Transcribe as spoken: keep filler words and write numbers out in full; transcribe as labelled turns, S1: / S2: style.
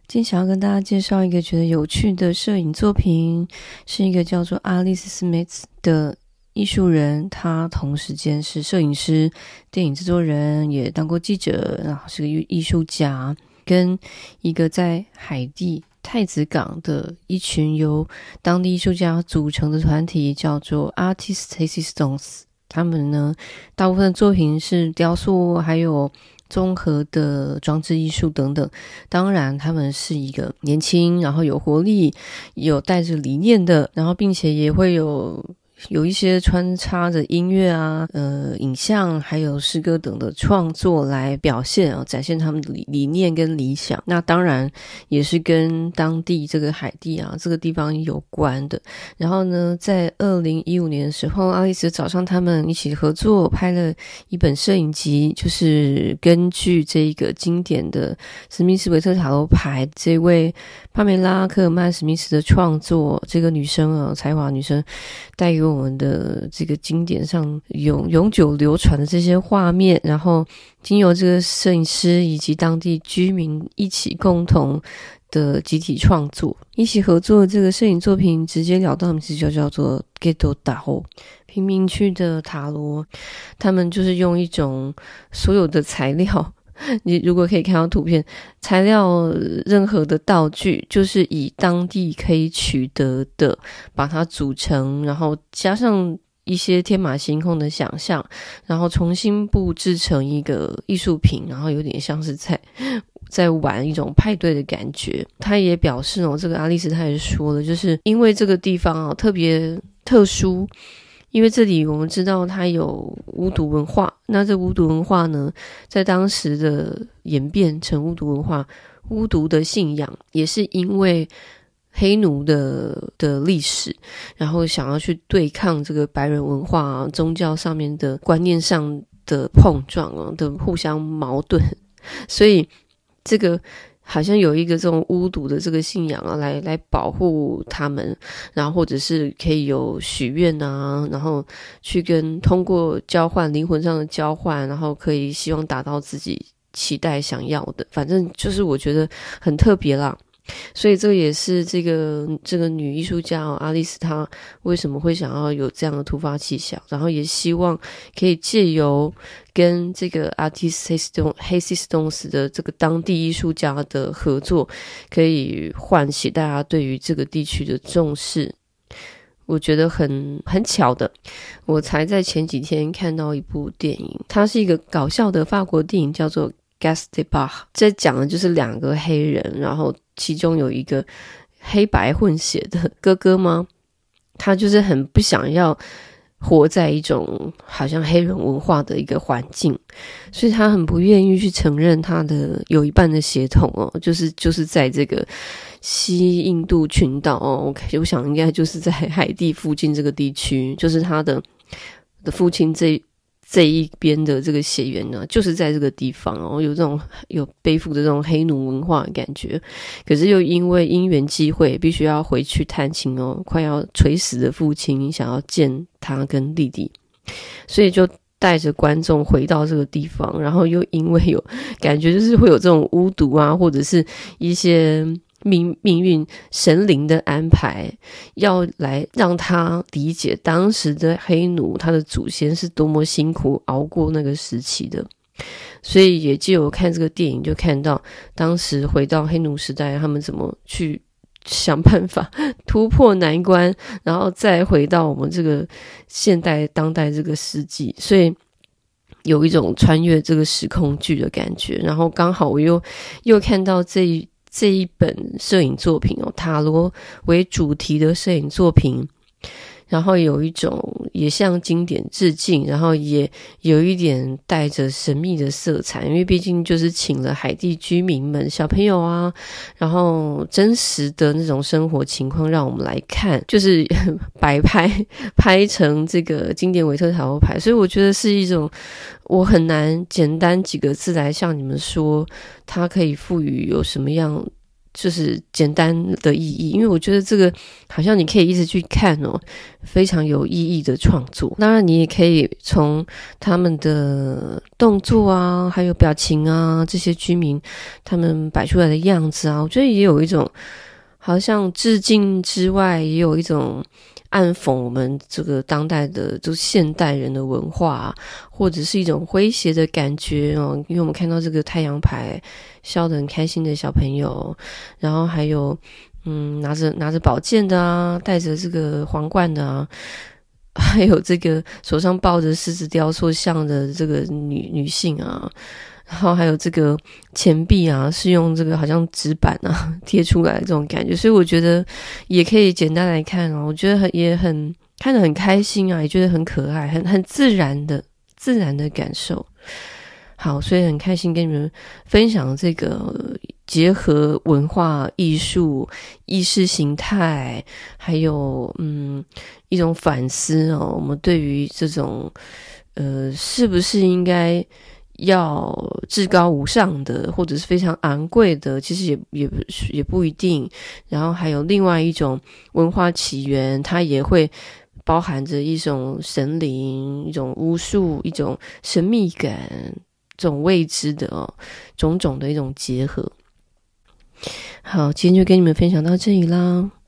S1: 今天想要跟大家介绍一个觉得有趣的摄影作品，是一个叫做 Alice Smith 的艺术人，他同时间是摄影师、电影制作人，也当过记者，然后是个艺术家，跟一个在海地太子港的一群由当地艺术家组成的团体叫做 Artist Hazy Stones。 他们呢大部分的作品是雕塑还有综合的装置艺术等等，当然他们是一个年轻然后有活力有带着理念的，然后并且也会有有一些穿插着音乐啊、呃、影像还有诗歌等的创作来表现啊，展现他们的理理念跟理想。那当然也是跟当地这个海地啊这个地方有关的。然后呢，在二零一五年的时候，阿丽丝找上他们一起合作拍了一本摄影集，就是根据这个经典的史密斯维特塔罗牌这位帕梅拉科尔曼史密斯的创作，这个女生啊，才华女生带给我们的这个经典上永永久流传的这些画面，然后经由这个摄影师以及当地居民一起共同的集体创作，一起合作的这个摄影作品直截了当的名字就叫做 Ghetto Tarot， 贫民区的塔罗。他们就是用一种所有的材料，你如果可以看到图片，材料任何的道具就是以当地可以取得的把它组成，然后加上一些天马行空的想象，然后重新布置成一个艺术品，然后有点像是在在玩一种派对的感觉。他也表示哦，这个阿丽丝他也说了，就是因为这个地方哦特别特殊，因为这里我们知道它有巫毒文化，那这巫毒文化呢在当时的演变成巫毒文化，巫毒的信仰也是因为黑奴的的历史，然后想要去对抗这个白人文化啊，宗教上面的观念上的碰撞啊的互相矛盾，所以这个好像有一个这种巫毒的这个信仰啊，来来保护他们，然后或者是可以有许愿啊，然后去跟通过交换灵魂上的交换，然后可以希望达到自己期待想要的，反正就是我觉得很特别啦。所以这个也是这个这个女艺术家哦，阿丽丝她为什么会想要有这样的突发奇想，然后也希望可以借由跟这个 Artist Hazy Stones 的这个当地艺术家的合作，可以唤起大家对于这个地区的重视。我觉得很很巧的，我才在前几天看到一部电影，它是一个搞笑的法国电影，叫做Gaspard， 这讲的就是两个黑人，然后其中有一个黑白混血的哥哥吗，他就是很不想要活在一种好像黑人文化的一个环境，所以他很不愿意去承认他的有一半的血统哦，就是就是在这个西印度群岛哦，我想应该就是在海地附近这个地区，就是他的的父亲这这一边的这个血缘呢，就是在这个地方哦，有这种有背负的这种黑奴文化的感觉，可是又因为因缘机会必须要回去探亲哦，快要垂死的父亲想要见他跟弟弟，所以就带着观众回到这个地方，然后又因为有感觉就是会有这种巫毒啊，或者是一些命命运神灵的安排，要来让他理解当时的黑奴他的祖先是多么辛苦熬过那个时期的。所以也借由看这个电影，就看到当时回到黑奴时代他们怎么去想办法突破难关，然后再回到我们这个现代当代这个世纪，所以有一种穿越这个时空剧的感觉。然后刚好我又又看到这一这一本摄影作品哦，塔罗为主题的摄影作品，然后有一种也向经典致敬，然后也有一点带着神秘的色彩，因为毕竟就是请了海地居民们小朋友啊，然后真实的那种生活情况让我们来看，就是摆拍拍成这个经典维特塔罗牌。所以我觉得是一种我很难简单几个字来向你们说它可以赋予有什么样就是简单的意义，因为我觉得这个好像你可以一直去看哦，非常有意义的创作。当然你也可以从他们的动作啊，还有表情啊，这些居民他们摆出来的样子啊，我觉得也有一种好像致敬之外，也有一种暗讽我们这个当代的就是现代人的文化啊，或者是一种诙谐的感觉哦。因为我们看到这个太阳牌笑得很开心的小朋友，然后还有嗯拿着拿着宝剑的啊，戴着这个皇冠的啊，还有这个手上抱着狮子雕塑像的这个女女性啊，然后还有这个钱币啊是用这个好像纸板啊贴出来的这种感觉，所以我觉得也可以简单来看啊，我觉得很也很看得很开心啊，也觉得很可爱，很很自然的自然的感受。好，所以很开心跟你们分享这个结合文化艺术意识形态还有嗯一种反思哦，我们对于这种呃是不是应该要至高无上的或者是非常昂贵的，其实也也也不一定。然后还有另外一种文化起源，它也会包含着一种神灵，一种巫术，一种神秘感，这种未知的哦，种种的一种结合。好，今天就跟你们分享到这里啦。